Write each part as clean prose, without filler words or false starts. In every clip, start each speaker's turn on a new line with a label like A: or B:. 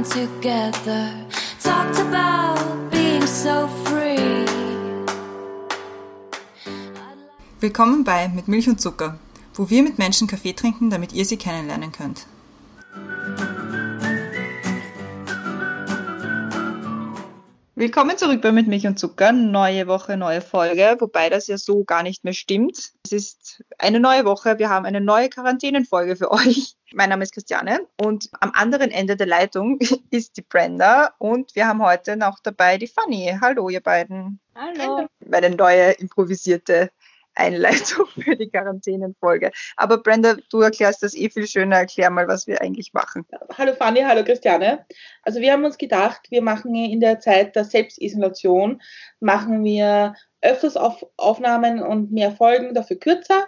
A: together, talked about being so free.
B: Willkommen bei Mit Milch und Zucker, wo wir mit Menschen Kaffee trinken, damit ihr sie kennenlernen könnt. Willkommen zurück bei Mit Milch und Zucker. Neue Woche, neue Folge, wobei das ja so gar nicht mehr stimmt. Es ist eine neue Woche, wir haben eine neue Quarantänenfolge für euch. Mein Name ist Christiane und am anderen Ende der Leitung ist die Brenda und wir haben heute noch dabei die Fanny. Hallo ihr beiden.
C: Hallo.
B: Meine neue improvisierte Einleitung für die Quarantänenfolge. Aber Brenda, du erklärst das viel schöner. Erklär mal, was wir eigentlich machen.
C: Hallo Fanny, hallo Christiane. Also wir haben uns gedacht, wir machen in der Zeit der Selbstisolation, machen wir öfters Aufnahmen und mehr Folgen, dafür kürzer.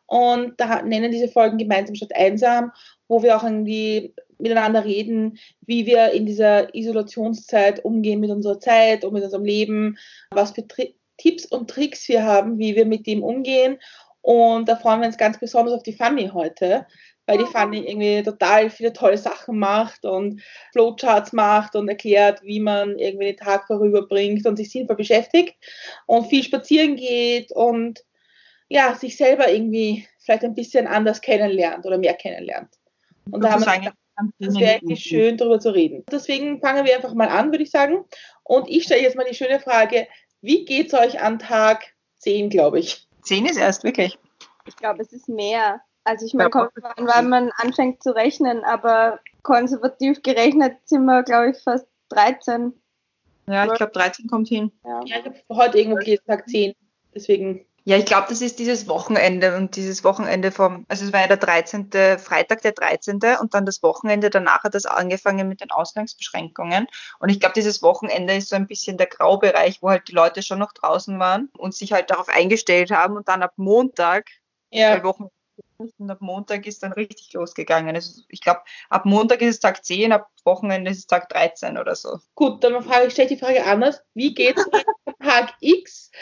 C: Und da nennen diese Folgen gemeinsam statt einsam, wo wir auch irgendwie miteinander reden, wie wir in dieser Isolationszeit umgehen mit unserer Zeit und mit unserem Leben, was für Tipps und Tricks wir haben, wie wir mit dem umgehen. Und da freuen wir uns ganz besonders auf die Fanny heute, weil die Fanny irgendwie total viele tolle Sachen macht und Flowcharts macht und erklärt, wie man irgendwie den Tag vorüberbringt und sich sinnvoll beschäftigt und viel spazieren geht und ja, sich selber irgendwie vielleicht ein bisschen anders kennenlernt oder mehr kennenlernt. Und da haben wir gedacht, das wäre eigentlich schön, darüber zu reden. Deswegen fangen wir einfach mal an, würde ich sagen. Und ich stelle jetzt mal die schöne Frage, wie geht es euch an Tag 10, glaube ich?
B: 10 ist erst, wirklich.
D: Ich glaube, es ist mehr. Also ich meine, kommt an, wann man anfängt zu rechnen, aber konservativ gerechnet sind wir, glaube ich, fast 13.
B: Ja, ich glaube 13 kommt hin.
D: Ja,
C: ich habe heute irgendwo gelesen, Tag 10, deswegen...
B: Ja, ich glaube, das ist dieses Wochenende und dieses Wochenende also es war ja der 13., Freitag der 13. und dann das Wochenende danach hat das angefangen mit den Ausgangsbeschränkungen und ich glaube, dieses Wochenende ist so ein bisschen der Graubereich, wo halt die Leute schon noch draußen waren und sich halt darauf eingestellt haben und dann ab Montag, Wochenende, und ab Montag ist dann richtig losgegangen. Also ich glaube, ab Montag ist es Tag 10, ab Wochenende ist es Tag 13 oder so.
C: Gut, dann stelle ich die Frage anders. Wie geht es an Tag X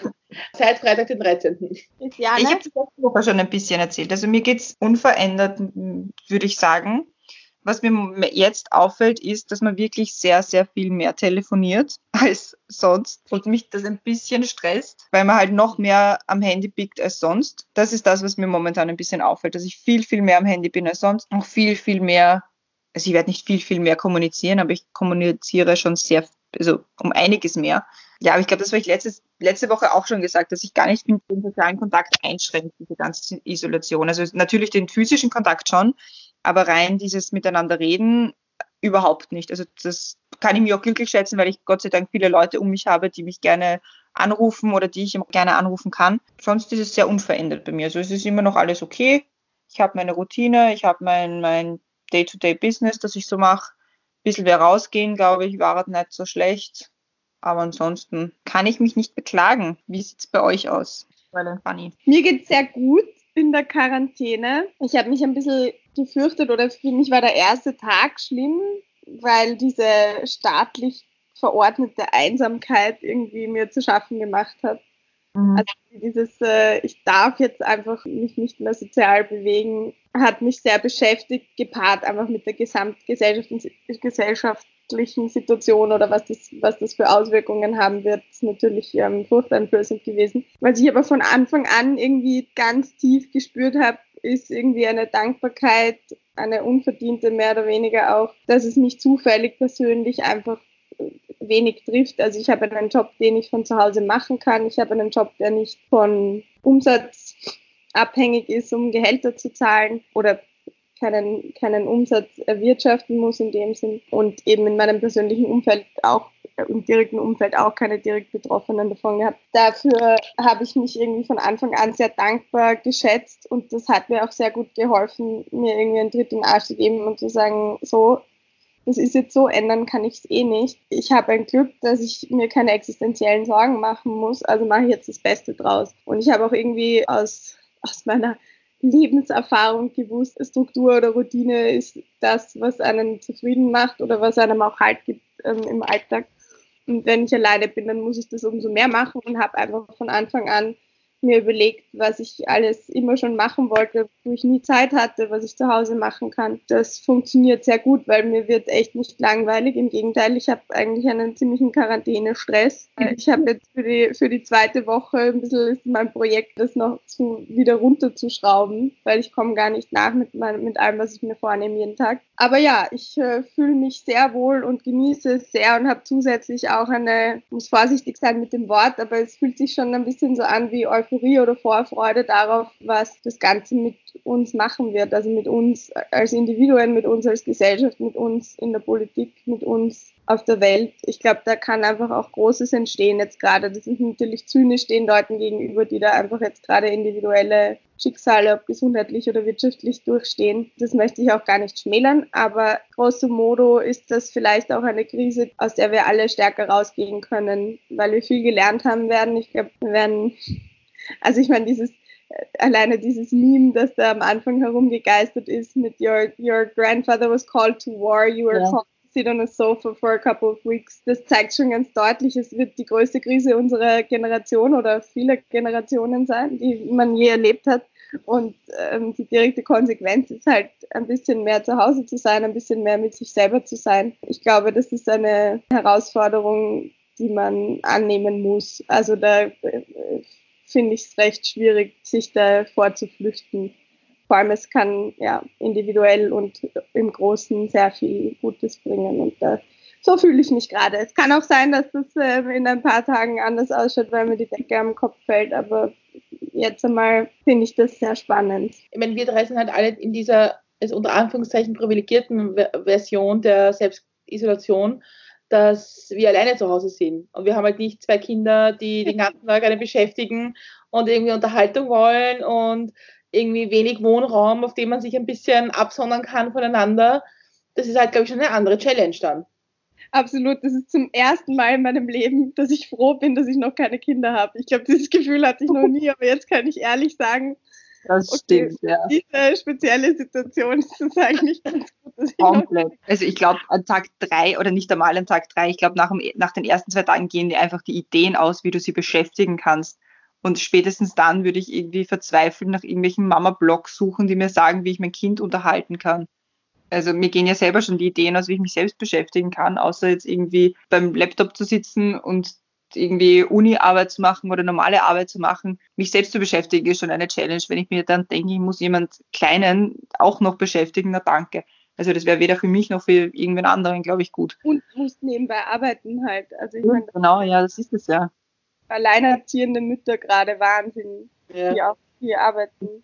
C: seit Freitag, den 13.?
D: Ja,
B: Ich habe die letzte Woche schon ein bisschen erzählt. Also mir geht's unverändert, würde ich sagen. Was mir jetzt auffällt, ist, dass man wirklich sehr, sehr viel mehr telefoniert als sonst und mich das ein bisschen stresst, weil man halt noch mehr am Handy pickt als sonst. Das ist das, was mir momentan ein bisschen auffällt, dass ich viel, viel mehr am Handy bin als sonst. Auch viel, viel mehr, also ich werde nicht viel, viel mehr kommunizieren, aber ich kommuniziere schon sehr, also um einiges mehr. Ja, aber ich glaube, das war ich letzte Woche auch schon gesagt, dass ich gar nicht den sozialen Kontakt einschränke, diese ganze Isolation. Also natürlich den physischen Kontakt schon, aber rein dieses Miteinander reden überhaupt nicht. Also das kann ich mir auch glücklich schätzen, weil ich Gott sei Dank viele Leute um mich habe, die mich gerne anrufen oder die ich gerne anrufen kann. Sonst ist es sehr unverändert bei mir. Also es ist immer noch alles okay. Ich habe meine Routine, ich habe mein Day-to-Day-Business, das ich so mache. Ein bisschen mehr rausgehen, glaube ich, war nicht so schlecht. Aber ansonsten kann ich mich nicht beklagen. Wie sieht's bei euch aus, Fanny?
D: Mir geht's sehr gut in der Quarantäne. Ich habe mich ein bisschen gefürchtet oder für mich war der erste Tag schlimm, weil diese staatlich verordnete Einsamkeit irgendwie mir zu schaffen gemacht hat.
B: Mhm.
D: Also dieses, ich darf jetzt einfach mich nicht mehr sozial bewegen, hat mich sehr beschäftigt, gepaart einfach mit der gesellschaftlichen Situation oder was das für Auswirkungen haben wird, ist natürlich furchteinflößend gewesen. Was ich aber von Anfang an irgendwie ganz tief gespürt habe, ist irgendwie eine Dankbarkeit, eine unverdiente mehr oder weniger auch, dass es mich zufällig persönlich einfach wenig trifft. Also ich habe einen Job, den ich von zu Hause machen kann. Ich habe einen Job, der nicht von Umsatz abhängig ist, um Gehälter zu zahlen oder keinen Umsatz erwirtschaften muss in dem Sinn. Und eben in meinem persönlichen Umfeld auch, im direkten Umfeld auch keine direkt Betroffenen davon gehabt. Dafür habe ich mich irgendwie von Anfang an sehr dankbar geschätzt und das hat mir auch sehr gut geholfen, mir irgendwie einen Tritt in den Arsch zu geben und zu sagen, so, das ist jetzt so, ändern kann ich es eh nicht. Ich habe ein Glück, dass ich mir keine existenziellen Sorgen machen muss, also mache ich jetzt das Beste draus. Und ich habe auch irgendwie aus meiner Lebenserfahrung gewusst, Struktur oder Routine ist das, was einen zufrieden macht oder was einem auch Halt gibt im Alltag. Und wenn ich alleine bin, dann muss ich das umso mehr machen und habe einfach von Anfang an mir überlegt, was ich alles immer schon machen wollte, wo ich nie Zeit hatte, was ich zu Hause machen kann. Das funktioniert sehr gut, weil mir wird echt nicht langweilig. Im Gegenteil, ich habe eigentlich einen ziemlichen Quarantäne-Stress. Ich habe jetzt für die zweite Woche ein bisschen ist mein Projekt, das noch wieder runterzuschrauben, weil ich komme gar nicht nach mit allem, was ich mir vornehme jeden Tag. Aber ja, ich fühle mich sehr wohl und genieße es sehr und habe zusätzlich auch muss vorsichtig sein mit dem Wort, aber es fühlt sich schon ein bisschen so an wie Euphorie oder Vorfreude darauf, was das Ganze mit uns machen wird. Also mit uns als Individuen, mit uns als Gesellschaft, mit uns in der Politik, mit uns auf der Welt. Ich glaube, da kann einfach auch Großes entstehen jetzt gerade. Das ist natürlich zynisch den Leuten gegenüber, die da einfach jetzt gerade individuelle Schicksale, ob gesundheitlich oder wirtschaftlich, durchstehen. Das möchte ich auch gar nicht schmälern, aber grosso modo ist das vielleicht auch eine Krise, aus der wir alle stärker rausgehen können, weil wir viel gelernt haben werden. Ich glaube, also ich meine, alleine dieses Meme, das da am Anfang herumgegeistert ist mit your grandfather was called to war, you were called to sit on a sofa for a couple of weeks. Das zeigt schon ganz deutlich, es wird die größte Krise unserer Generation oder vieler Generationen sein, die man je erlebt hat. Und die direkte Konsequenz ist halt, ein bisschen mehr zu Hause zu sein, ein bisschen mehr mit sich selber zu sein. Ich glaube, das ist eine Herausforderung, die man annehmen muss. Also da finde ich es recht schwierig, sich da vorzuflüchten. Vor allem, es kann ja individuell und im Großen sehr viel Gutes bringen. Und so fühle ich mich gerade. Es kann auch sein, dass das in ein paar Tagen anders ausschaut, weil mir die Decke am Kopf fällt. Aber jetzt einmal finde ich das sehr spannend.
C: Ich meine, wir drei sind halt alle in dieser, also unter Anführungszeichen, privilegierten Version der Selbstisolation, dass wir alleine zu Hause sind. Und wir haben halt nicht zwei Kinder, die den ganzen Tag einen beschäftigen und irgendwie Unterhaltung wollen und irgendwie wenig Wohnraum, auf dem man sich ein bisschen absondern kann voneinander. Das ist halt, glaube ich, schon eine andere Challenge dann.
D: Absolut, das ist zum ersten Mal in meinem Leben, dass ich froh bin, dass ich noch keine Kinder habe. Ich glaube, dieses Gefühl hatte ich noch nie, aber jetzt kann ich ehrlich sagen,
B: das stimmt, ja.
D: Diese spezielle Situation ist es eigentlich ganz gut, dass ich
B: komplett. Also ich glaube, an Tag 3 oder nicht einmal an Tag 3, ich glaube, nach den ersten 2 Tagen gehen dir einfach die Ideen aus, wie du sie beschäftigen kannst. Und spätestens dann würde ich irgendwie verzweifeln nach irgendwelchen Mama-Blogs suchen, die mir sagen, wie ich mein Kind unterhalten kann. Also mir gehen ja selber schon die Ideen aus, wie ich mich selbst beschäftigen kann, außer jetzt irgendwie beim Laptop zu sitzen und irgendwie Uni-Arbeit zu machen oder normale Arbeit zu machen. Mich selbst zu beschäftigen ist schon eine Challenge. Wenn ich mir dann denke, ich muss jemand Kleinen auch noch beschäftigen, na danke. Also das wäre weder für mich noch für irgendwen anderen, glaube ich, gut.
D: Und musst nebenbei arbeiten halt. Also ich meine,
B: genau, ja, das ist es ja.
D: Alleinerziehende Mütter gerade Wahnsinn, die auch viel arbeiten.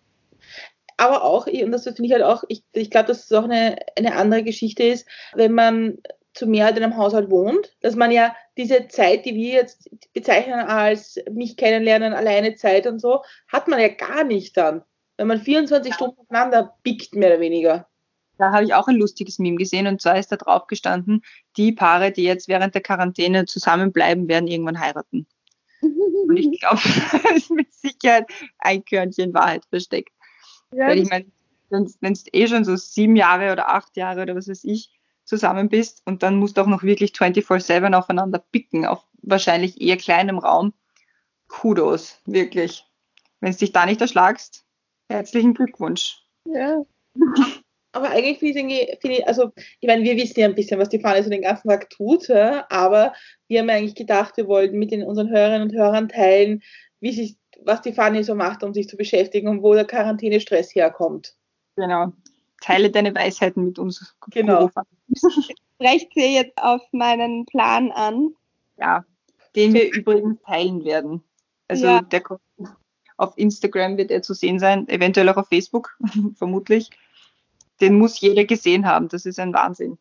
C: Aber auch, und das finde ich halt auch, ich glaube, dass es auch eine andere Geschichte ist, wenn man zu Mehrheit in einem Haushalt wohnt, dass man ja diese Zeit, die wir jetzt bezeichnen als mich kennenlernen, alleine Zeit und so, hat man ja gar nicht dann, wenn man 24 Stunden aufeinander pickt, mehr oder weniger.
B: Da habe ich auch ein lustiges Meme gesehen und zwar ist da drauf gestanden, die Paare, die jetzt während der Quarantäne zusammenbleiben, werden irgendwann heiraten. Und ich glaube, da ist mit Sicherheit ein Körnchen Wahrheit versteckt. Ja, weil ich meine, wenn du schon so 7 Jahre oder 8 Jahre oder was weiß ich zusammen bist und dann musst du auch noch wirklich 24/7 aufeinander picken, auf wahrscheinlich eher kleinem Raum. Kudos, wirklich. Wenn du dich da nicht erschlagst, herzlichen Glückwunsch.
D: Ja.
C: Aber eigentlich finde ich, also ich meine, wir wissen ja ein bisschen, was die Fanny so den ganzen Tag tut, ja, aber wir haben eigentlich gedacht, wir wollten mit unseren Hörerinnen und Hörern teilen, was die Fanny so macht, um sich zu beschäftigen und wo der Quarantänestress herkommt.
B: Genau. Teile deine Weisheiten mit uns.
C: Genau.
D: Sprecht ihr jetzt auf meinen Plan an?
B: Ja, den wir übrigens teilen werden. Also der auf Instagram wird er zu sehen sein, eventuell auch auf Facebook, vermutlich. Den muss jeder gesehen haben, das ist ein Wahnsinn.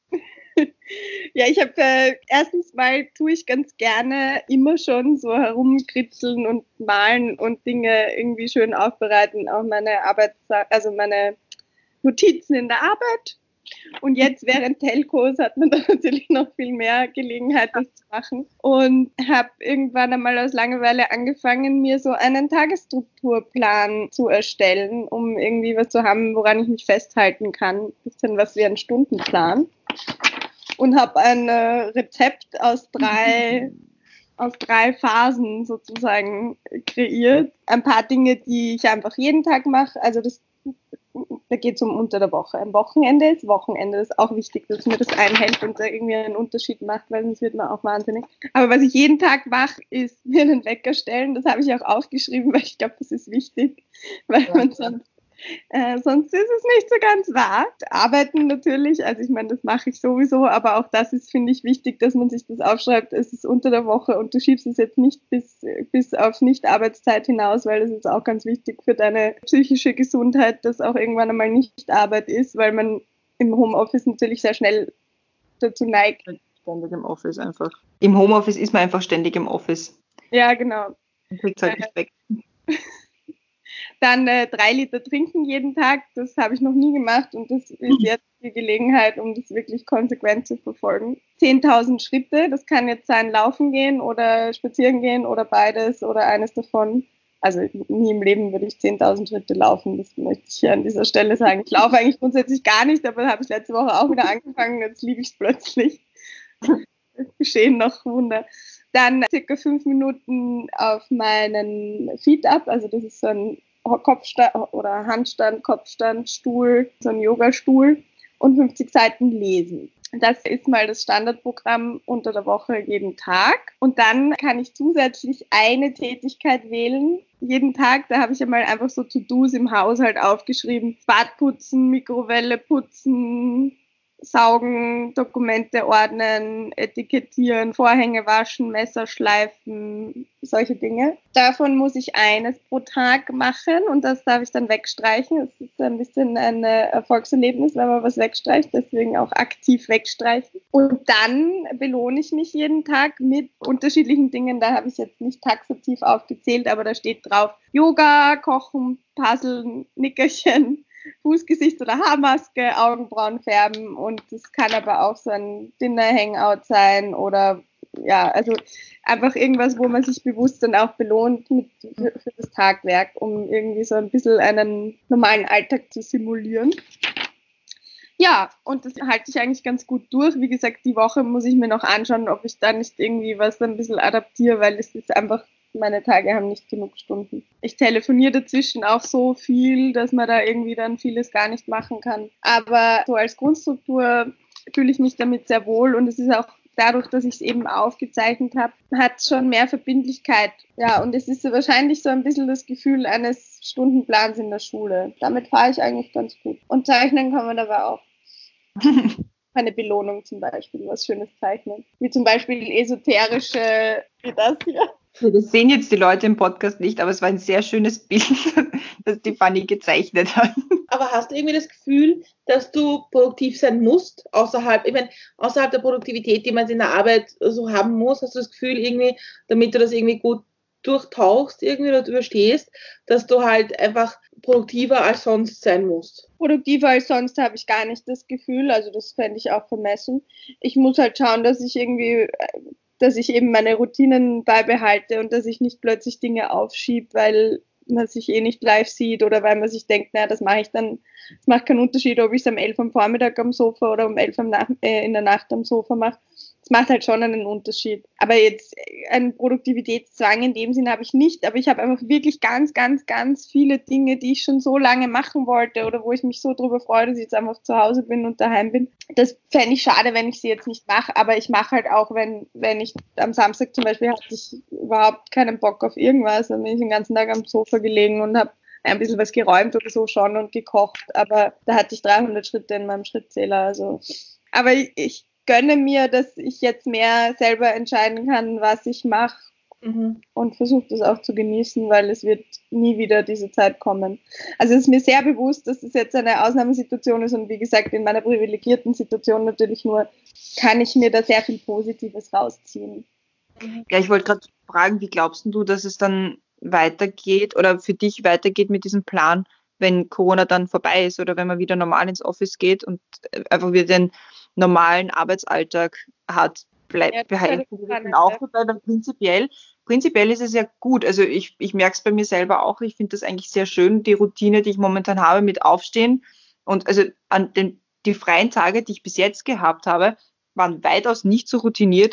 D: Ja, ich habe erstens mal tue ich ganz gerne immer schon so herumkritzeln und malen und Dinge irgendwie schön aufbereiten, auch meine meine Notizen in der Arbeit. Und jetzt während Telcos hat man da natürlich noch viel mehr Gelegenheit, das zu machen. Und habe irgendwann einmal aus Langeweile angefangen, mir so einen Tagesstrukturplan zu erstellen, um irgendwie was zu haben, woran ich mich festhalten kann. Ein bisschen was wie ein Stundenplan. Und habe ein Rezept aus 3 aus 3 Phasen sozusagen kreiert. Ein paar Dinge, die ich einfach jeden Tag mache. Also da geht es um unter der Woche. Am Wochenende ist auch wichtig, dass mir das einhält und da irgendwie einen Unterschied macht, weil sonst wird man auch wahnsinnig. Aber was ich jeden Tag mache, ist mir einen Wecker stellen. Das habe ich auch aufgeschrieben, weil ich glaube, das ist wichtig, weil man sonst ist es nicht so ganz wahr. Arbeiten natürlich, also ich meine, das mache ich sowieso, aber auch das ist, finde ich, wichtig, dass man sich das aufschreibt. Es ist unter der Woche und du schiebst es jetzt nicht bis auf Nicht-Arbeitszeit hinaus, weil das ist auch ganz wichtig für deine psychische Gesundheit, dass auch irgendwann einmal nicht Arbeit ist, weil man im Homeoffice natürlich sehr schnell dazu neigt.
B: Ständig im Office einfach. Im Homeoffice ist man einfach ständig im Office.
D: Ja, genau.
B: Man kriegt es halt nicht weg.
D: Dann 3 Liter trinken jeden Tag, das habe ich noch nie gemacht und das ist jetzt die Gelegenheit, um das wirklich konsequent zu verfolgen. 10.000 Schritte, das kann jetzt sein Laufen gehen oder spazieren gehen oder beides oder eines davon. Also nie im Leben würde ich 10.000 Schritte laufen, das möchte ich hier an dieser Stelle sagen. Ich laufe eigentlich grundsätzlich gar nicht, aber habe ich letzte Woche auch wieder angefangen, jetzt liebe ich es plötzlich. Es geschehen noch Wunder. Dann circa 5 Minuten auf meinen Feet-Up, also das ist so ein Kopfstand oder Handstand, Kopfstand, Stuhl, so ein Yogastuhl und 50 Seiten lesen. Das ist mal das Standardprogramm unter der Woche jeden Tag. Und dann kann ich zusätzlich eine Tätigkeit wählen. Jeden Tag, da habe ich einmal einfach so To-Dos im Haushalt aufgeschrieben. Bad putzen, Mikrowelle putzen, saugen, Dokumente ordnen, etikettieren, Vorhänge waschen, Messer schleifen, solche Dinge. Davon muss ich eines pro Tag machen und das darf ich dann wegstreichen. Es ist ein bisschen ein Erfolgserlebnis, wenn man was wegstreicht, deswegen auch aktiv wegstreichen. Und dann belohne ich mich jeden Tag mit unterschiedlichen Dingen. Da habe ich jetzt nicht taxativ aufgezählt, aber da steht drauf Yoga, Kochen, Puzzeln, Nickerchen, Fußgesicht oder Haarmaske, Augenbrauen färben und das kann aber auch so ein Dinner-Hangout sein oder ja, also einfach irgendwas, wo man sich bewusst dann auch belohnt für das Tagwerk, um irgendwie so ein bisschen einen normalen Alltag zu simulieren. Ja, und das halte ich eigentlich ganz gut durch. Wie gesagt, die Woche muss ich mir noch anschauen, ob ich da nicht irgendwie was ein bisschen adaptiere, weil es ist einfach, meine Tage haben nicht genug Stunden. Ich telefoniere dazwischen auch so viel, dass man da irgendwie dann vieles gar nicht machen kann. Aber so als Grundstruktur fühle ich mich damit sehr wohl und es ist auch dadurch, dass ich es eben aufgezeichnet habe, hat es schon mehr Verbindlichkeit. Ja, und es ist so wahrscheinlich so ein bisschen das Gefühl eines Stundenplans in der Schule. Damit fahre ich eigentlich ganz gut. Und zeichnen kann man dabei auch. Eine Belohnung zum Beispiel, was Schönes zeichnen. Wie zum Beispiel esoterische, wie das hier.
B: Das sehen jetzt die Leute im Podcast nicht, aber es war ein sehr schönes Bild, das die Fanny gezeichnet hat.
C: Aber hast du irgendwie das Gefühl, dass du produktiv sein musst, außerhalb der Produktivität, die man in der Arbeit so haben muss, hast du das Gefühl irgendwie, damit du das irgendwie gut durchtauchst irgendwie oder überstehst, dass du halt einfach produktiver als sonst sein musst?
D: Produktiver als sonst habe ich gar nicht das Gefühl, also das fände ich auch vermessen. Ich muss halt schauen, dass ich eben meine Routinen beibehalte und dass ich nicht plötzlich Dinge aufschiebe, weil man sich eh nicht live sieht oder weil man sich denkt, naja, das mache ich dann, es macht keinen Unterschied, ob ich es um 11 am Vormittag am Sofa oder um 11 in der Nacht am Sofa mache. Es macht halt schon einen Unterschied. Aber jetzt einen Produktivitätszwang in dem Sinn habe ich nicht, aber ich habe einfach wirklich ganz, ganz, ganz viele Dinge, die ich schon so lange machen wollte oder wo ich mich so drüber freue, dass ich jetzt einfach zu Hause bin und daheim bin. Das fände ich schade, wenn ich sie jetzt nicht mache, aber ich mache halt auch, wenn ich am Samstag zum Beispiel hatte ich überhaupt keinen Bock auf irgendwas, dann bin ich den ganzen Tag am Sofa gelegen und habe ein bisschen was geräumt oder so schon und gekocht, aber da hatte ich 300 Schritte in meinem Schrittzähler, also. Aber ich gönne mir, dass ich jetzt mehr selber entscheiden kann, was ich mache und versuche das auch zu genießen, weil es wird nie wieder diese Zeit kommen. Also es ist mir sehr bewusst, dass es jetzt eine Ausnahmesituation ist und wie gesagt, in meiner privilegierten Situation natürlich nur, kann ich mir da sehr viel Positives rausziehen.
B: Ja, ich wollte gerade fragen, wie glaubst du, dass es dann weitergeht oder für dich weitergeht mit diesem Plan, wenn Corona dann vorbei ist oder wenn man wieder normal ins Office geht und einfach wieder den normalen Arbeitsalltag hat, behalten auch dabei, weil prinzipiell ist es ja gut. Also ich merke es bei mir selber auch, ich finde das eigentlich sehr schön, die Routine, die ich momentan habe mit Aufstehen und also die freien Tage, die ich bis jetzt gehabt habe, waren weitaus nicht so routiniert und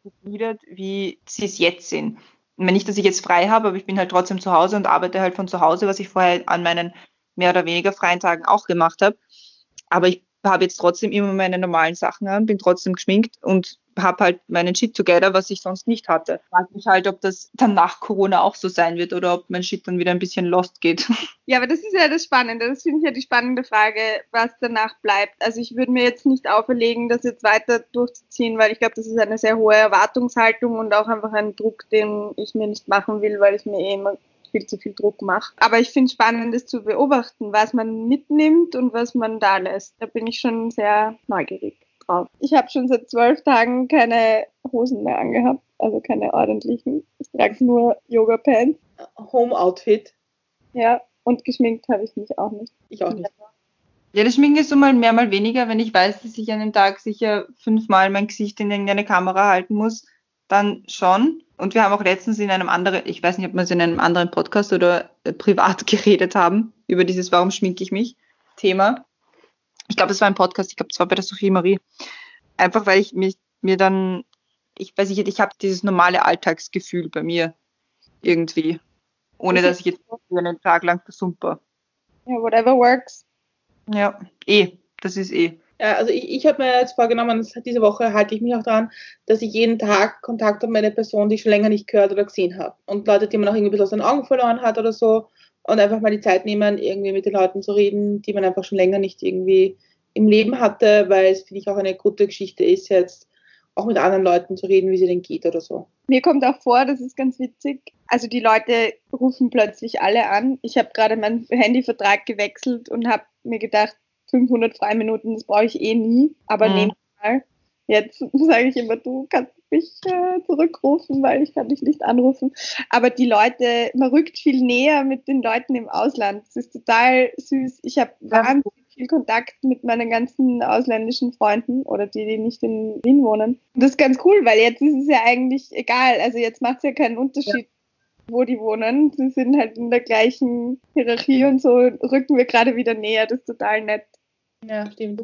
B: befriedet, wie sie es jetzt sind. Ich meine nicht, dass ich jetzt frei habe, aber ich bin halt trotzdem zu Hause und arbeite halt von zu Hause, was ich vorher an meinen mehr oder weniger freien Tagen auch gemacht habe. Aber ich habe jetzt trotzdem immer meine normalen Sachen an, bin trotzdem geschminkt und habe halt meinen Shit together, was ich sonst nicht hatte. Ich frage mich halt, ob das dann nach Corona auch so sein wird oder ob mein Shit dann wieder ein bisschen lost geht.
D: Ja, aber das ist ja das Spannende. Das finde ich ja die spannende Frage, was danach bleibt. Also ich würde mir jetzt nicht auferlegen, das jetzt weiter durchzuziehen, weil ich glaube, das ist eine sehr hohe Erwartungshaltung und auch einfach ein Druck, den ich mir nicht machen will, weil ich mir eh immer viel zu viel Druck mache. Aber ich finde es spannend, das zu beobachten, was man mitnimmt und was man da lässt. Da bin ich schon sehr neugierig drauf. Ich habe schon seit 12 Tagen keine Hosen mehr angehabt, also keine ordentlichen. Ich trage nur Yoga-Pants.
C: Home-Outfit.
D: Ja, und geschminkt habe ich mich auch nicht.
C: Ich auch nicht.
B: Ja, das Schminken ist so mal mehr, mal weniger. Wenn ich weiß, dass ich an einem Tag sicher 5-mal mein Gesicht in irgendeine Kamera halten muss, dann schon. Und wir haben auch letztens in einem anderen, ich weiß nicht, ob wir es in einem anderen Podcast oder privat geredet haben, über dieses Warum schminke ich mich Thema. Ich glaube, es war ein Podcast, ich glaube, es war bei der Sophie Marie. Einfach, weil ich mir dann, ich weiß nicht, ich habe dieses normale Alltagsgefühl bei mir irgendwie. Ohne, dass ich jetzt einen Tag lang versumper.
D: Ja, whatever works.
B: Ja, das ist
C: Ja, also ich habe mir jetzt vorgenommen, diese Woche halte ich mich auch daran, dass ich jeden Tag Kontakt habe mit einer Person, die ich schon länger nicht gehört oder gesehen habe. Und Leute, die man auch irgendwie ein bisschen aus den Augen verloren hat oder so. Und einfach mal die Zeit nehmen, irgendwie mit den Leuten zu reden, die man einfach schon länger nicht irgendwie im Leben hatte, weil es, finde ich, auch eine gute Geschichte ist, jetzt auch mit anderen Leuten zu reden, wie es ihnen geht oder so.
D: Mir kommt auch vor, das ist ganz witzig, also die Leute rufen plötzlich alle an. Ich habe gerade meinen Handyvertrag gewechselt und habe mir gedacht, 500 Freiminuten, das brauche ich eh nie, aber nehmt mal. Jetzt sage ich immer, du kannst mich zurückrufen, weil ich kann dich nicht anrufen. Aber die Leute, man rückt viel näher mit den Leuten im Ausland. Das ist total süß. Ich habe wahnsinnig viel Kontakt mit meinen ganzen ausländischen Freunden oder die nicht in Wien wohnen. Und das ist ganz cool, weil jetzt ist es ja eigentlich egal. Also jetzt macht es ja keinen Unterschied, wo die wohnen. Sie sind halt in der gleichen Hierarchie und so rücken wir gerade wieder näher. Das ist total nett.
C: Ja, stimmt.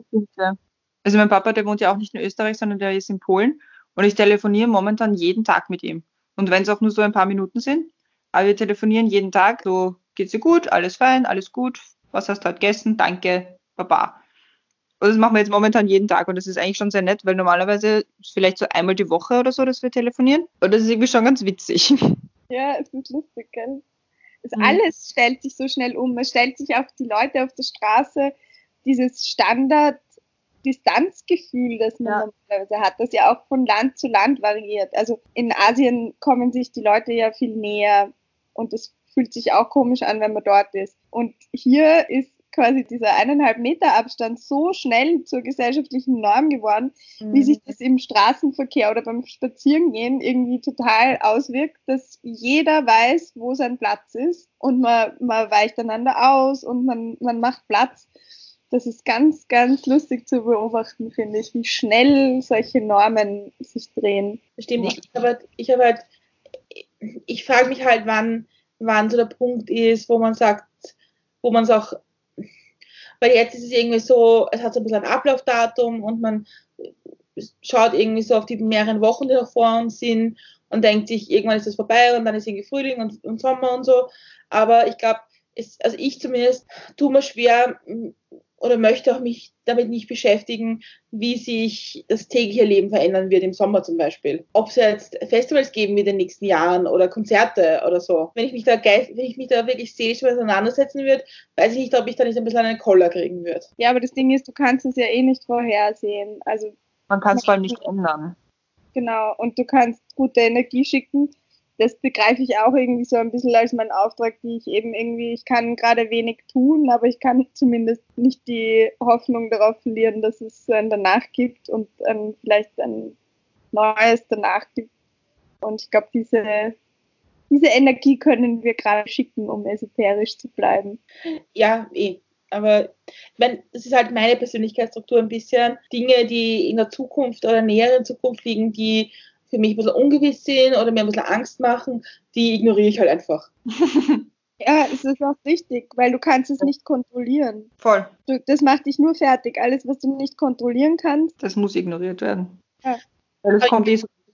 B: Also mein Papa, der wohnt ja auch nicht in Österreich, sondern der ist in Polen. Und ich telefoniere momentan jeden Tag mit ihm. Und wenn es auch nur so ein paar Minuten sind, aber wir telefonieren jeden Tag. So, geht's dir gut? Alles fein? Alles gut? Was hast du heute gegessen? Danke, Papa. Und das machen wir jetzt momentan jeden Tag. Und das ist eigentlich schon sehr nett, weil normalerweise ist vielleicht so einmal die Woche oder so, dass wir telefonieren. Und das ist irgendwie schon ganz witzig.
D: Ja, es ist lustig, gell? Alles stellt sich so schnell um. Man stellt sich auf die Leute auf der Straße, dieses Standard-Distanzgefühl, das man normalerweise hat, das ja auch von Land zu Land variiert. Also in Asien kommen sich die Leute ja viel näher und es fühlt sich auch komisch an, wenn man dort ist. Und hier ist quasi dieser 1,5 Meter Abstand so schnell zur gesellschaftlichen Norm geworden, wie sich das im Straßenverkehr oder beim Spazierengehen irgendwie total auswirkt, dass jeder weiß, wo sein Platz ist und man weicht einander aus und man macht Platz. Das ist ganz, ganz lustig zu beobachten, finde ich, wie schnell solche Normen sich drehen.
C: Stimmt, ich frage mich halt, wann so der Punkt ist, wo man sagt, wo man es auch, weil jetzt ist es irgendwie so, es hat so ein bisschen ein Ablaufdatum und man schaut irgendwie so auf die mehreren Wochen, die noch vor uns sind und denkt sich, irgendwann ist das vorbei und dann ist irgendwie Frühling und Sommer und so. Aber ich glaube, also ich zumindest tue mir schwer, oder möchte auch mich damit nicht beschäftigen, wie sich das tägliche Leben verändern wird im Sommer zum Beispiel. Ob es jetzt Festivals geben wird in den nächsten Jahren oder Konzerte oder so. Wenn ich mich da wirklich seelisch auseinandersetzen würde, weiß ich nicht, ob ich da nicht ein bisschen einen Koller kriegen würde.
D: Ja, aber das Ding ist, du kannst es ja eh nicht vorhersehen. Also
B: man kann es vor allem nicht ändern.
D: Genau, und du kannst gute Energie schicken. Das begreife ich auch irgendwie so ein bisschen als meinen Auftrag, ich kann gerade wenig tun, aber ich kann zumindest nicht die Hoffnung darauf verlieren, dass es ein Danach gibt und vielleicht ein Neues danach gibt. Und ich glaube, diese Energie können wir gerade schicken, um esoterisch zu bleiben.
C: Ja, aber ich meine, das ist halt meine Persönlichkeitsstruktur ein bisschen. Dinge, die in der Zukunft oder näheren Zukunft liegen, die für mich ein bisschen ungewiss sind oder mir ein bisschen Angst machen, die ignoriere ich halt einfach.
D: Ja, es ist auch richtig, weil du kannst es nicht kontrollieren.
B: Voll.
D: Das macht dich nur fertig. Alles, was du nicht kontrollieren kannst.
B: Das muss ignoriert werden.
D: Ja.
B: Weil es kommt so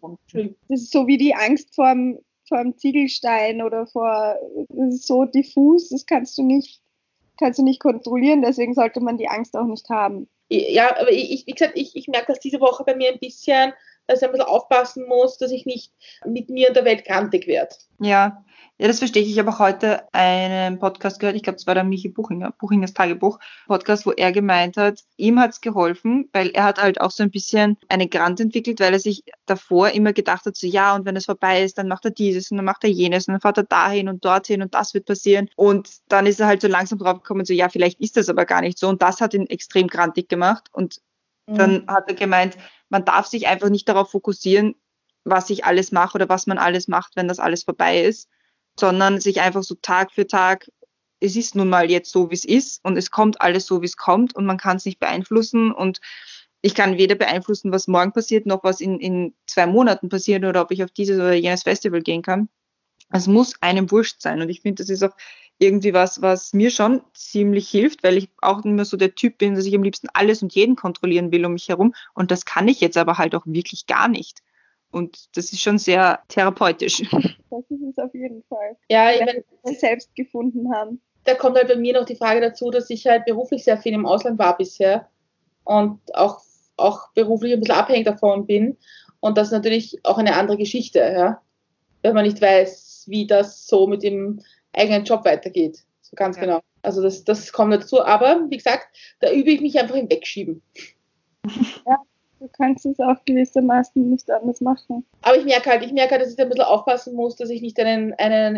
B: empfunden.
D: Das ist so wie die Angst vor dem Ziegelstein oder das ist so diffus, das kannst du nicht kontrollieren, deswegen sollte man die Angst auch nicht haben.
C: Ja, aber wie gesagt, ich merke das diese Woche bei mir ein bisschen, dass ich ein bisschen aufpassen muss, dass ich nicht mit mir in der Welt grantig werde.
B: Ja, das verstehe ich. Ich habe auch heute einen Podcast gehört, ich glaube, es war der Michi Buchingers Tagebuch, Podcast, wo er gemeint hat, ihm hat es geholfen, weil er hat halt auch so ein bisschen eine Grant entwickelt, weil er sich davor immer gedacht hat, so ja, und wenn es vorbei ist, dann macht er dieses und dann macht er jenes und dann fährt er dahin und dorthin und das wird passieren. Und dann ist er halt so langsam drauf gekommen, so ja, vielleicht ist das aber gar nicht so. Und das hat ihn extrem grantig gemacht. Und dann hat er gemeint, man darf sich einfach nicht darauf fokussieren, was ich alles mache oder was man alles macht, wenn das alles vorbei ist, sondern sich einfach so Tag für Tag, es ist nun mal jetzt so, wie es ist und es kommt alles so, wie es kommt und man kann es nicht beeinflussen und ich kann weder beeinflussen, was morgen passiert, noch was in 2 Monaten passiert oder ob ich auf dieses oder jenes Festival gehen kann. Es muss einem wurscht sein und ich finde, das ist auch irgendwie was mir schon ziemlich hilft, weil ich auch immer so der Typ bin, dass ich am liebsten alles und jeden kontrollieren will um mich herum und das kann ich jetzt aber halt auch wirklich gar nicht. Und das ist schon sehr therapeutisch.
D: Das ist es auf jeden Fall.
C: Ja,
D: wenn wir selbst gefunden haben.
C: Da kommt halt bei mir noch die Frage dazu, dass ich halt beruflich sehr viel im Ausland war bisher und auch beruflich ein bisschen abhängig davon bin. Und das ist natürlich auch eine andere Geschichte, ja, wenn man nicht weiß, wie das so mit dem eigenen Job weitergeht. So ganz genau. Also das kommt dazu. Aber wie gesagt, da übe ich mich einfach im Wegschieben.
D: Ja. Du kannst es auch gewissermaßen nicht anders machen.
C: Aber ich merke halt, dass ich ein bisschen aufpassen muss, dass ich nicht einen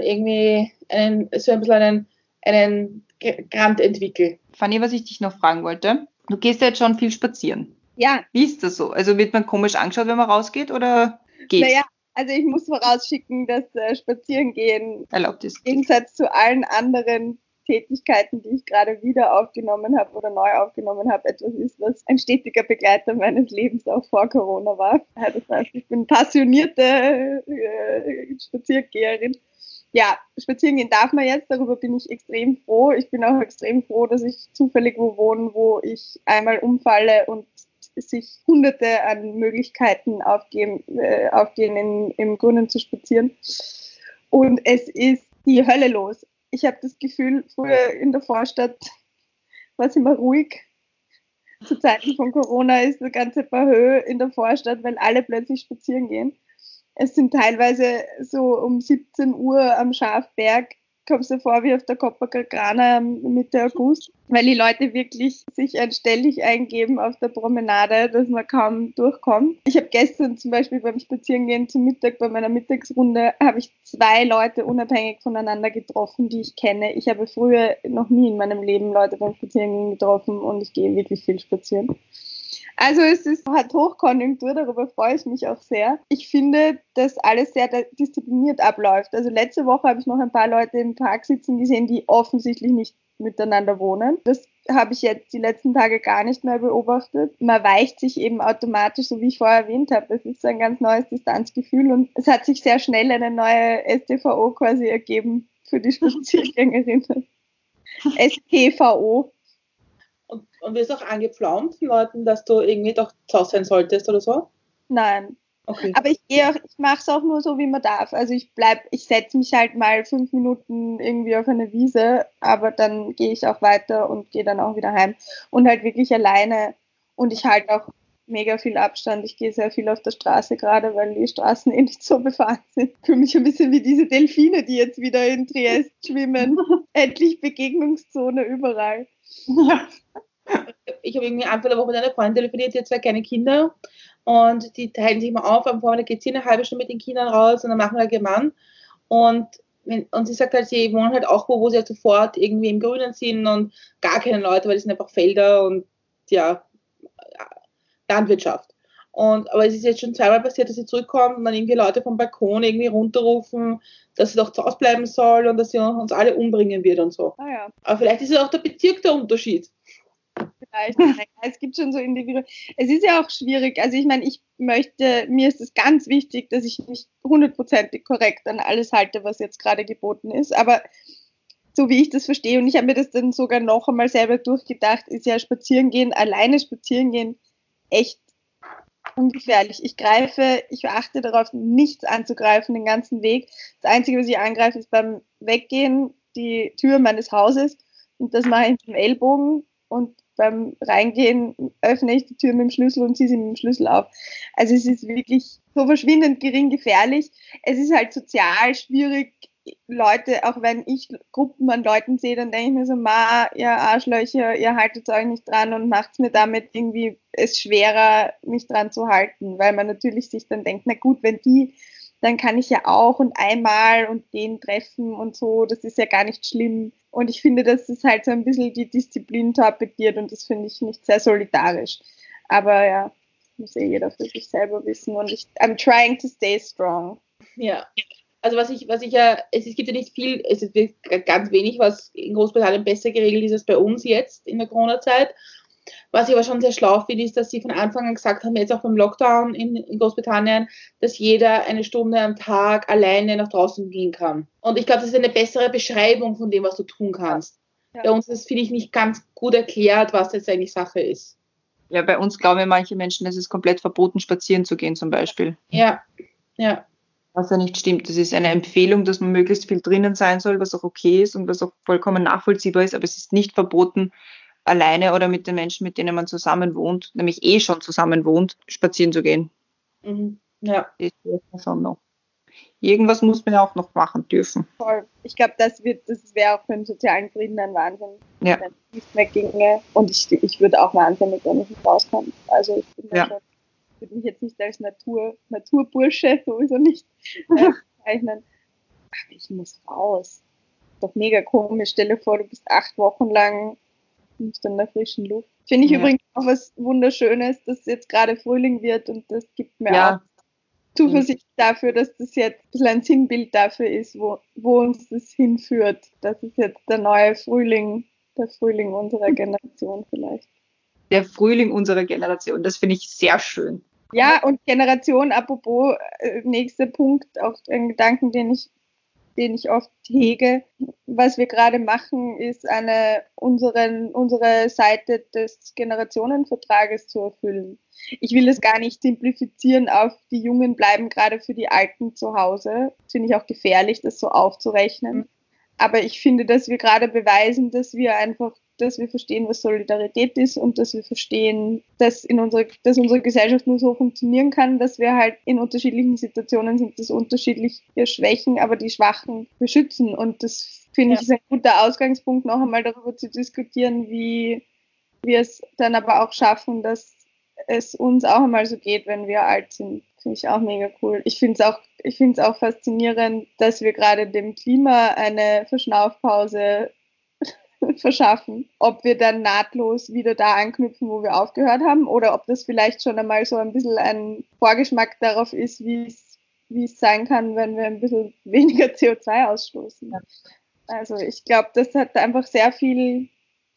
C: Grant entwickle.
B: Fanny, was ich dich noch fragen wollte, du gehst ja jetzt schon viel spazieren.
D: Ja.
B: Wie ist das so? Also wird man komisch angeschaut, wenn man rausgeht oder geht's?
D: Naja, also ich muss vorausschicken, dass Spazierengehen
B: erlaubt ist.
D: Im Gegensatz zu allen anderen Tätigkeiten, die ich gerade wieder aufgenommen habe oder neu aufgenommen habe, etwas ist, was ein stetiger Begleiter meines Lebens auch vor Corona war. Das heißt, ich bin passionierte Spaziergeherin. Ja, spazieren gehen darf man jetzt, darüber bin ich extrem froh. Ich bin auch extrem froh, dass ich zufällig wo wohne, wo ich einmal umfalle und sich Hunderte an Möglichkeiten aufgehen, im Grünen zu spazieren. Und es ist die Hölle los. Ich habe das Gefühl, früher in der Vorstadt war es immer ruhig. Zu Zeiten von Corona ist der ganze Bahö in der Vorstadt, weil alle plötzlich spazieren gehen. Es sind teilweise so um 17 Uhr am Schafberg, kommst du vor wie auf der Copacabana Mitte August, weil die Leute wirklich sich ständig eingeben auf der Promenade, dass man kaum durchkommt. Ich habe gestern zum Beispiel beim Spazierengehen zum Mittag, bei meiner Mittagsrunde, habe ich 2 Leute unabhängig voneinander getroffen, die ich kenne. Ich habe früher noch nie in meinem Leben Leute beim Spazierengehen getroffen und ich gehe wirklich viel spazieren. Also es hat Hochkonjunktur, darüber freue ich mich auch sehr. Ich finde, dass alles sehr diszipliniert abläuft. Also letzte Woche habe ich noch ein paar Leute im Park sitzen gesehen, die offensichtlich nicht miteinander wohnen. Das habe ich jetzt die letzten Tage gar nicht mehr beobachtet. Man weicht sich eben automatisch, so wie ich vorher erwähnt habe. Es ist so ein ganz neues Distanzgefühl und es hat sich sehr schnell eine neue StVO quasi ergeben für die Spaziergängerinnen. StVO.
C: Und wirst du auch angepflaumt von Leuten, dass du irgendwie doch zu Hause sein solltest oder so?
D: Nein.
C: Okay.
D: Aber ich mache es auch nur so, wie man darf. Also ich setze mich halt mal 5 Minuten irgendwie auf eine Wiese, aber dann gehe ich auch weiter und gehe dann auch wieder heim. Und halt wirklich alleine. Und ich halte auch mega viel Abstand. Ich gehe sehr viel auf der Straße gerade, weil die Straßen eh nicht so befahren sind. Ich fühle mich ein bisschen wie diese Delfine, die jetzt wieder in Triest schwimmen. Endlich Begegnungszone überall.
B: Ja.
C: Ich habe irgendwie Anfang der Woche mit einer Freundin telefoniert, die hat 2 kleine Kinder und die teilen sich immer auf. Am Vormittag geht sie eine halbe Stunde mit den Kindern raus und dann machen wir halt Mann. Und sie sagt halt, sie wohnen halt auch wo sie halt sofort irgendwie im Grünen sind und gar keine Leute, weil das sind einfach Felder und ja, Landwirtschaft. Aber es ist jetzt schon 2-mal passiert, dass sie zurückkommen und dann irgendwie Leute vom Balkon irgendwie runterrufen, dass sie doch zu Hause bleiben soll und dass sie uns alle umbringen wird und so.
D: Ah ja.
C: Aber vielleicht ist es auch der Bezirk der Unterschied.
D: Vielleicht. Es gibt schon so individuell. Es ist ja auch schwierig. Also ich meine, mir ist es ganz wichtig, dass ich mich 100% korrekt an alles halte, was jetzt gerade geboten ist. Aber so wie ich das verstehe, und ich habe mir das dann sogar noch einmal selber durchgedacht, ist ja alleine spazieren gehen echt ungefährlich. Ich achte darauf, nichts anzugreifen den ganzen Weg. Das Einzige, was ich angreife, ist beim Weggehen die Tür meines Hauses und das mache ich mit dem Ellbogen und beim Reingehen öffne ich die Tür mit dem Schlüssel und ziehe sie mit dem Schlüssel auf. Also es ist wirklich so verschwindend gering gefährlich. Es ist halt sozial schwierig, Leute, auch wenn ich Gruppen an Leuten sehe, dann denke ich mir so, ihr Arschlöcher, ihr haltet euch nicht dran und macht mir damit irgendwie es schwerer, mich dran zu halten, weil man natürlich sich dann denkt, na gut, wenn die, dann kann ich ja auch und einmal und den treffen und so, das ist ja gar nicht schlimm. Und ich finde, dass das halt so ein bisschen die Disziplin torpediert und das finde ich nicht sehr solidarisch. Aber ja, muss jeder für sich selber wissen und I'm trying to stay strong.
C: Ja. Also es gibt ja nicht viel, es ist ganz wenig, was in Großbritannien besser geregelt ist als bei uns jetzt in der Corona-Zeit. Was ich aber schon sehr schlau finde, ist, dass sie von Anfang an gesagt haben, jetzt auch beim Lockdown in Großbritannien, dass jeder eine Stunde am Tag alleine nach draußen gehen kann. Und ich glaube, das ist eine bessere Beschreibung von dem, was du tun kannst. Ja. Bei uns ist, finde ich, nicht ganz gut erklärt, was jetzt eigentlich Sache ist.
B: Ja, bei uns glauben ja manche Menschen, es ist komplett verboten, spazieren zu gehen zum Beispiel.
C: Ja.
B: Was ja nicht stimmt. Das ist eine Empfehlung, dass man möglichst viel drinnen sein soll, was auch okay ist und was auch vollkommen nachvollziehbar ist, aber es ist nicht verboten, alleine oder mit den Menschen, mit denen man zusammen wohnt, nämlich schon zusammen wohnt, spazieren zu gehen.
C: Mhm. Ja.
B: Das ist schon noch. Irgendwas muss man ja auch noch machen dürfen.
D: Voll. Ich glaube, das wäre auch für den sozialen Frieden ein Wahnsinn,
B: ja.
D: wenn es nicht mehr ginge. Und ich würde auch wahnsinnig, wenn ich nicht rauskomme. Also ich bin ja. Ich würde mich jetzt nicht als Naturbursche sowieso nicht bezeichnen. Aber ich muss raus. Doch mega komisch. Stell dir vor, du bist 8 Wochen lang in der frischen Luft. Finde ich übrigens auch was Wunderschönes, dass jetzt gerade Frühling wird und das gibt mir auch Zuversicht dafür, dass das jetzt ein bisschen ein Sinnbild dafür ist, wo uns das hinführt. Das ist jetzt der neue Frühling, der Frühling unserer Generation vielleicht.
B: Der Frühling unserer Generation, das finde ich sehr schön.
D: Ja, und Generation, apropos, nächster Punkt, auch ein Gedanken, den ich oft hege. Was wir gerade machen, ist unsere Seite des Generationenvertrages zu erfüllen. Ich will das gar nicht simplifizieren auf die Jungen bleiben gerade für die Alten zu Hause. Das finde ich auch gefährlich, das so aufzurechnen. Aber ich finde, dass wir gerade beweisen, dass wir verstehen, was Solidarität ist und dass wir verstehen, dass unsere Gesellschaft nur so funktionieren kann, dass wir halt in unterschiedlichen Situationen sind, das unterschiedliche Schwächen, aber die Schwachen beschützen. Und das finde ich ist ein guter Ausgangspunkt, noch einmal darüber zu diskutieren, wie wir es dann aber auch schaffen, dass es uns auch einmal so geht, wenn wir alt sind. Finde ich auch mega cool. Ich finde es auch faszinierend, dass wir gerade dem Klima eine Verschnaufpause verschaffen. Ob wir dann nahtlos wieder da anknüpfen, wo wir aufgehört haben, oder ob das vielleicht schon einmal so ein bisschen ein Vorgeschmack darauf ist, wie es sein kann, wenn wir ein bisschen weniger CO2 ausstoßen. Also ich glaube, das hat einfach sehr viel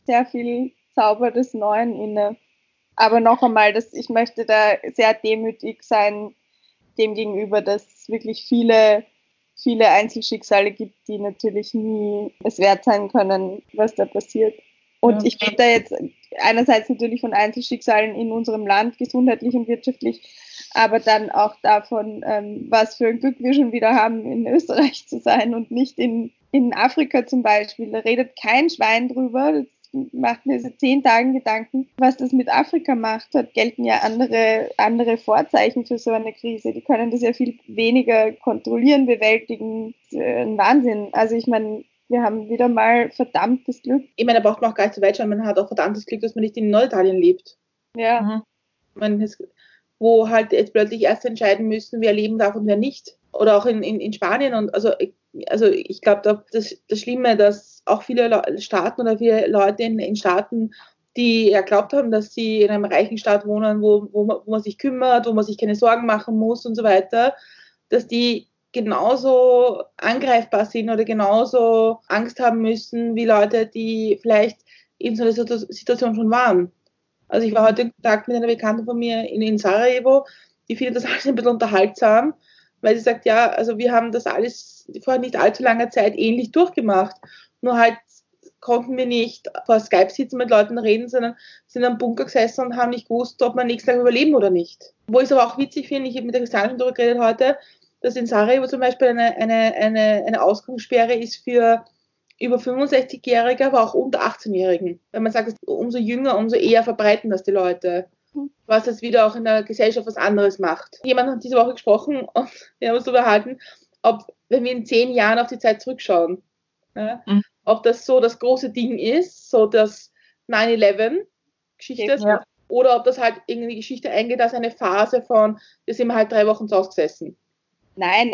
D: Zauber des Neuen inne. Aber noch einmal, ich möchte da sehr demütig sein dem gegenüber, dass es wirklich viele Einzelschicksale gibt, die natürlich nie es wert sein können, was da passiert. Und ich rede da jetzt einerseits natürlich von Einzelschicksalen in unserem Land, gesundheitlich und wirtschaftlich, aber dann auch davon, was für ein Glück wir schon wieder haben, in Österreich zu sein und nicht in Afrika zum Beispiel. Da redet kein Schwein drüber. Das macht mir seit 10 Tagen Gedanken, was das mit Afrika macht. Dort gelten ja andere Vorzeichen für so eine Krise. Die können das ja viel weniger kontrollieren, bewältigen. Ein Wahnsinn. Also ich meine, wir haben wieder mal verdammtes Glück.
C: Ich meine, da braucht man auch gar nicht so weit schauen. Man hat auch verdammtes Glück, dass man nicht in Norditalien lebt.
D: Ja.
C: Wo halt jetzt plötzlich erst entscheiden müssen, wer leben darf und wer nicht. Oder auch in Spanien. Und also ich glaube, das Schlimme, dass auch viele Staaten oder viele Leute in Staaten, die ja glaubt haben, dass sie in einem reichen Staat wohnen, wo man sich kümmert, wo man sich keine Sorgen machen muss und so weiter, dass die genauso angreifbar sind oder genauso Angst haben müssen wie Leute, die vielleicht in so einer Situation schon waren. Also ich war heute in Kontakt mit einer Bekannten von mir in Sarajevo, die findet das alles ein bisschen unterhaltsam, weil sie sagt, ja, also wir haben das alles vor nicht allzu langer Zeit ähnlich durchgemacht. Nur halt konnten wir nicht vor Skype sitzen mit Leuten reden, sondern sind am Bunker gesessen und haben nicht gewusst, ob wir nächsten Tag überleben oder nicht. Wo ich es aber auch witzig finde, ich habe mit der Christiane schon darüber geredet heute, dass in Sarajevo zum Beispiel eine Ausgangssperre ist für über 65-Jährige, aber auch unter 18-Jährigen. Wenn man sagt, umso jünger, umso eher verbreiten das die Leute. Was es wieder auch in der Gesellschaft was anderes macht. Jemand hat diese Woche gesprochen und wir haben uns darüber erhalten, ob, wenn wir in 10 Jahren auf die Zeit zurückschauen, ja, ob das so das große Ding ist, so das 9/11-Geschichte,
B: ja,
C: oder ob das halt irgendwie die Geschichte eingeht als eine Phase von, wir sind halt 3 Wochen zu Hause gesessen.
D: Nein,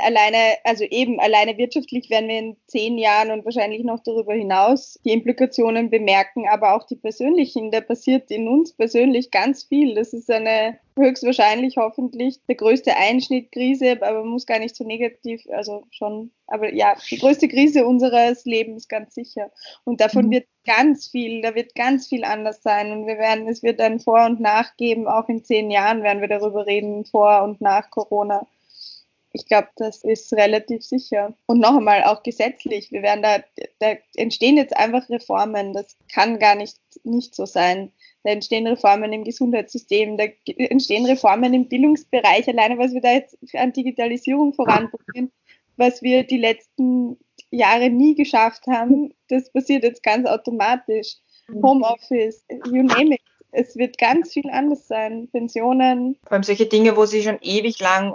D: alleine wirtschaftlich werden wir in 10 Jahren und wahrscheinlich noch darüber hinaus die Implikationen bemerken, aber auch die persönlichen. Da passiert in uns persönlich ganz viel. Das ist eine höchstwahrscheinlich hoffentlich der größte Einschnitt, Krise, aber man muss gar nicht so negativ, also schon, aber ja, die größte Krise unseres Lebens ganz sicher. Und davon wird ganz viel anders sein und es wird ein Vor und Nach geben, auch in 10 Jahren werden wir darüber reden, vor und nach Corona. Ich glaube, das ist relativ sicher. Und noch einmal, auch gesetzlich, wir werden da entstehen jetzt einfach Reformen. Das kann gar nicht so sein. Da entstehen Reformen im Gesundheitssystem, da entstehen Reformen im Bildungsbereich, alleine was wir da jetzt an Digitalisierung voranbringen, was wir die letzten Jahre nie geschafft haben, das passiert jetzt ganz automatisch. Homeoffice, you name it. Es wird ganz viel anders sein. Pensionen.
B: Vor allem solche Dinge, wo schon ewig lang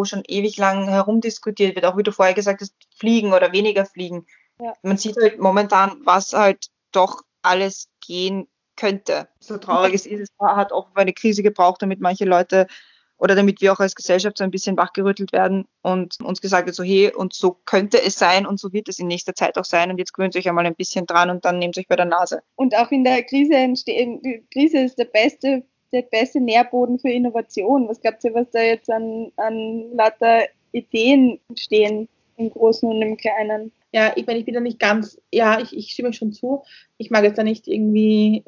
B: herumdiskutiert wird, auch wie du vorher gesagt hast, fliegen oder weniger fliegen.
D: Ja.
B: Man sieht halt momentan, was halt doch alles gehen könnte. So traurig es ist, es hat auch eine Krise gebraucht, damit manche Leute oder damit wir auch als Gesellschaft so ein bisschen wachgerüttelt werden und uns gesagt wird, so hey, und so könnte es sein und so wird es in nächster Zeit auch sein und jetzt gewöhnt euch einmal ein bisschen dran und dann nehmt euch bei der Nase.
D: Und auch in der Krise die Krise ist der beste Nährboden für Innovation. Was glaubt ihr, was da jetzt an lauter Ideen entstehen, im Großen und im Kleinen?
C: Ja, ich meine, ich bin da nicht ganz, ich stimme schon zu. Ich mag jetzt da nicht irgendwie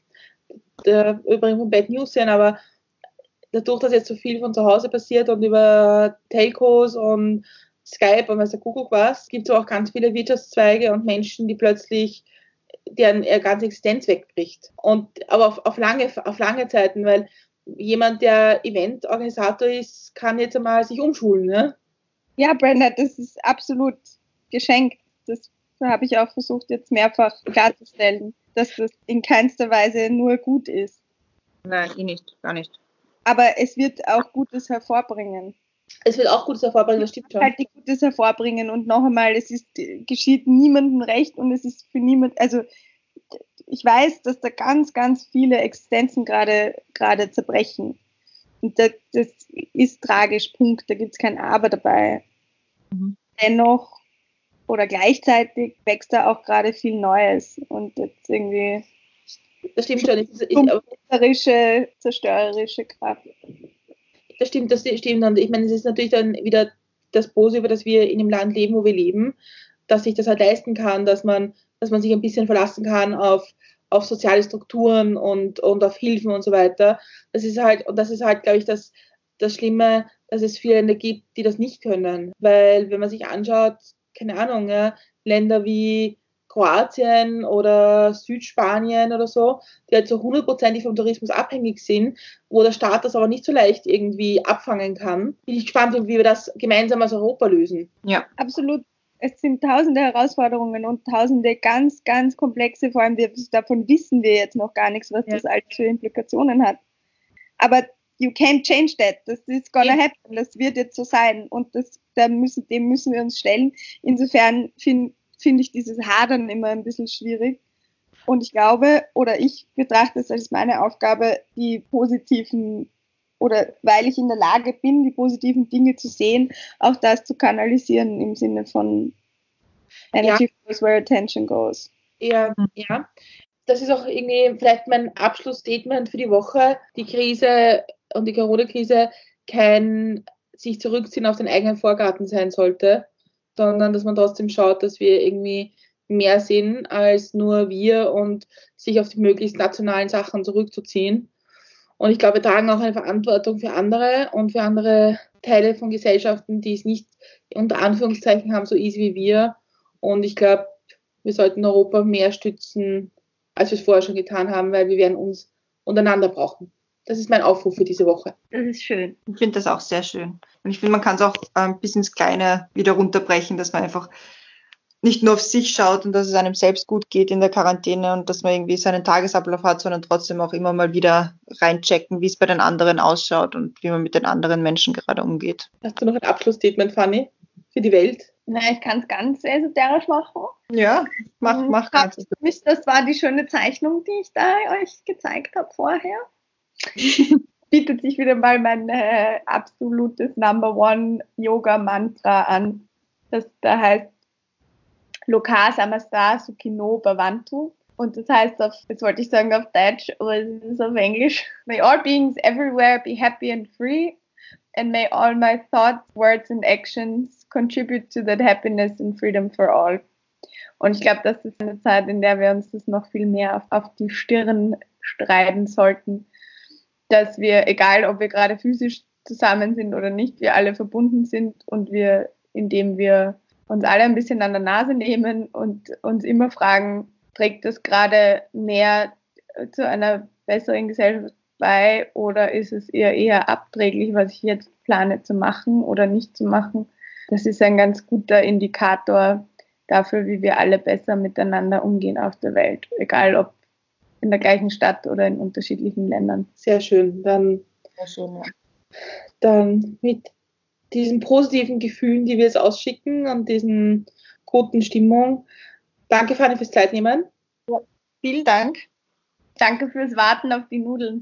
C: übrigens von Bad News sein, aber dadurch, dass jetzt so viel von zu Hause passiert und über Telcos und Skype und was der Kuckuck was, gibt es auch ganz viele Wirtschaftszweige und Menschen, die plötzlich deren ganze Existenz wegbricht. Aber auf lange Zeiten, weil jemand, der Eventorganisator ist, kann jetzt einmal sich umschulen. Ne?
D: Ja, Brenda, das ist absolut geschenkt. Das habe ich auch versucht, jetzt mehrfach klarzustellen, dass das in keinster Weise nur gut ist.
B: Nein, nicht, gar nicht.
D: Aber es wird auch Gutes hervorbringen.
C: Es wird auch Gutes hervorbringen, das stimmt schon.
D: Halt die Gutes hervorbringen und noch einmal, geschieht niemandem recht und es ist für niemand, also ich weiß, dass da ganz, ganz viele Existenzen gerade zerbrechen. Und das ist tragisch, Punkt, da gibt es kein Aber dabei. Dennoch oder gleichzeitig wächst da auch gerade viel Neues und jetzt irgendwie
C: das stimmt schon.
D: Zerstörerische Kraft.
C: Das stimmt. Und ich meine, es ist natürlich dann wieder das Positive, dass wir in einem Land leben, wo wir leben, dass sich das halt leisten kann, dass man sich ein bisschen verlassen kann auf soziale Strukturen und auf Hilfen und so weiter. Das ist halt, glaube ich, das Schlimme, dass es viele Länder gibt, die das nicht können. Weil, wenn man sich anschaut, keine Ahnung, ja, Länder wie Kroatien oder Südspanien oder so, die halt so 100% vom Tourismus abhängig sind, wo der Staat das aber nicht so leicht irgendwie abfangen kann. Bin ich gespannt, wie wir das gemeinsam als Europa lösen.
B: Ja,
D: absolut. Es sind tausende Herausforderungen und tausende ganz, ganz komplexe, vor allem davon wissen wir jetzt noch gar nichts, was das alles für Implikationen hat. Aber you can't change that. Das is gonna happen. Das wird jetzt so sein und dem müssen wir uns stellen. Insofern finde ich dieses Hadern immer ein bisschen schwierig. Und ich glaube, oder ich betrachte es als meine Aufgabe, die positiven, oder weil ich in der Lage bin, die positiven Dinge zu sehen, auch das zu kanalisieren im Sinne von Energy goes where attention goes.
C: Ja. Das ist auch irgendwie vielleicht mein Abschlussstatement für die Woche. Die Krise und die Corona-Krise kein sich zurückziehen auf den eigenen Vorgarten sein sollte, sondern dass man trotzdem schaut, dass wir irgendwie mehr sind als nur wir und sich auf die möglichst nationalen Sachen zurückzuziehen. Und ich glaube, wir tragen auch eine Verantwortung für andere und für andere Teile von Gesellschaften, die es nicht unter Anführungszeichen haben, so easy wie wir. Und ich glaube, wir sollten Europa mehr stützen, als wir es vorher schon getan haben, weil wir werden uns untereinander brauchen. Das ist mein Aufruf für diese Woche.
D: Das ist schön.
B: Ich finde das auch sehr schön. Und ich finde, man kann es auch ein bisschen ins Kleine wieder runterbrechen, dass man einfach nicht nur auf sich schaut und dass es einem selbst gut geht in der Quarantäne und dass man irgendwie seinen Tagesablauf hat, sondern trotzdem auch immer mal wieder reinchecken, wie es bei den anderen ausschaut und wie man mit den anderen Menschen gerade umgeht.
C: Hast du noch ein Abschlussstatement, Fanny, für die Welt?
D: Na, ich kann es ganz esoterisch machen.
B: Ja, mach ganz.
D: Das war die schöne Zeichnung, die ich da euch gezeigt habe vorher. Bietet sich wieder mal mein absolutes Number One Yoga Mantra an. Das da heißt Loka Samasta Sukhino Bhavantu. Und das heißt jetzt wollte ich sagen auf Deutsch, aber es ist auf Englisch. May all beings everywhere be happy and free. And may all my thoughts, words and actions contribute to that happiness and freedom for all. Und ich glaube, das ist eine Zeit, in der wir uns das noch viel mehr auf die Stirn schreiben sollten, dass wir, egal ob wir gerade physisch zusammen sind oder nicht, wir alle verbunden sind und wir, indem wir uns alle ein bisschen an der Nase nehmen und uns immer fragen, trägt das gerade mehr zu einer besseren Gesellschaft bei oder ist es eher abträglich, was ich jetzt plane zu machen oder nicht zu machen. Das ist ein ganz guter Indikator dafür, wie wir alle besser miteinander umgehen auf der Welt, egal ob in der gleichen Stadt oder in unterschiedlichen Ländern.
C: Sehr schön. Dann mit diesen positiven Gefühlen, die wir jetzt ausschicken und diesen guten Stimmung. Danke, Fanny, fürs Zeitnehmen.
B: Ja, vielen Dank.
D: Danke fürs Warten auf die Nudeln.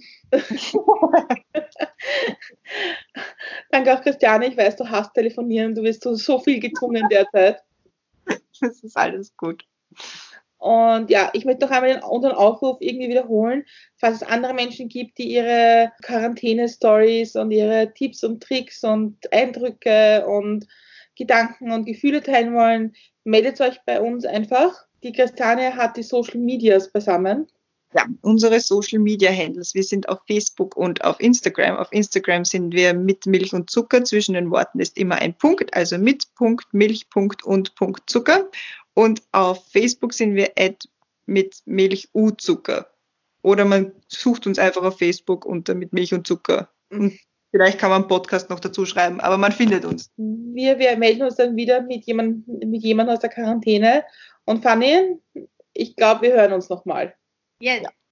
C: Danke auch, Christiane. Ich weiß, du hast telefonieren. Du wirst so viel gezwungen derzeit.
B: Das ist alles gut.
C: Und ja, ich möchte noch einmal unseren Aufruf irgendwie wiederholen, falls es andere Menschen gibt, die ihre Quarantäne-Stories und ihre Tipps und Tricks und Eindrücke und Gedanken und Gefühle teilen wollen, meldet euch bei uns einfach. Die Christiane hat die Social Medias beisammen.
B: Ja, unsere Social Media Handles. Wir sind auf Facebook und auf Instagram. Auf Instagram sind wir mit Milch und Zucker. Zwischen den Worten ist immer ein Punkt, also mit Punkt, Milch, Punkt und Punkt Zucker. Und auf Facebook sind wir mit Milch U-Zucker. Oder man sucht uns einfach auf Facebook unter mit Milch und Zucker. Und vielleicht kann man einen Podcast noch dazu schreiben, aber man findet uns.
C: Wir melden uns dann wieder mit jemandem aus der Quarantäne. Und Fanny, ich glaube, wir hören uns nochmal.
D: Yes.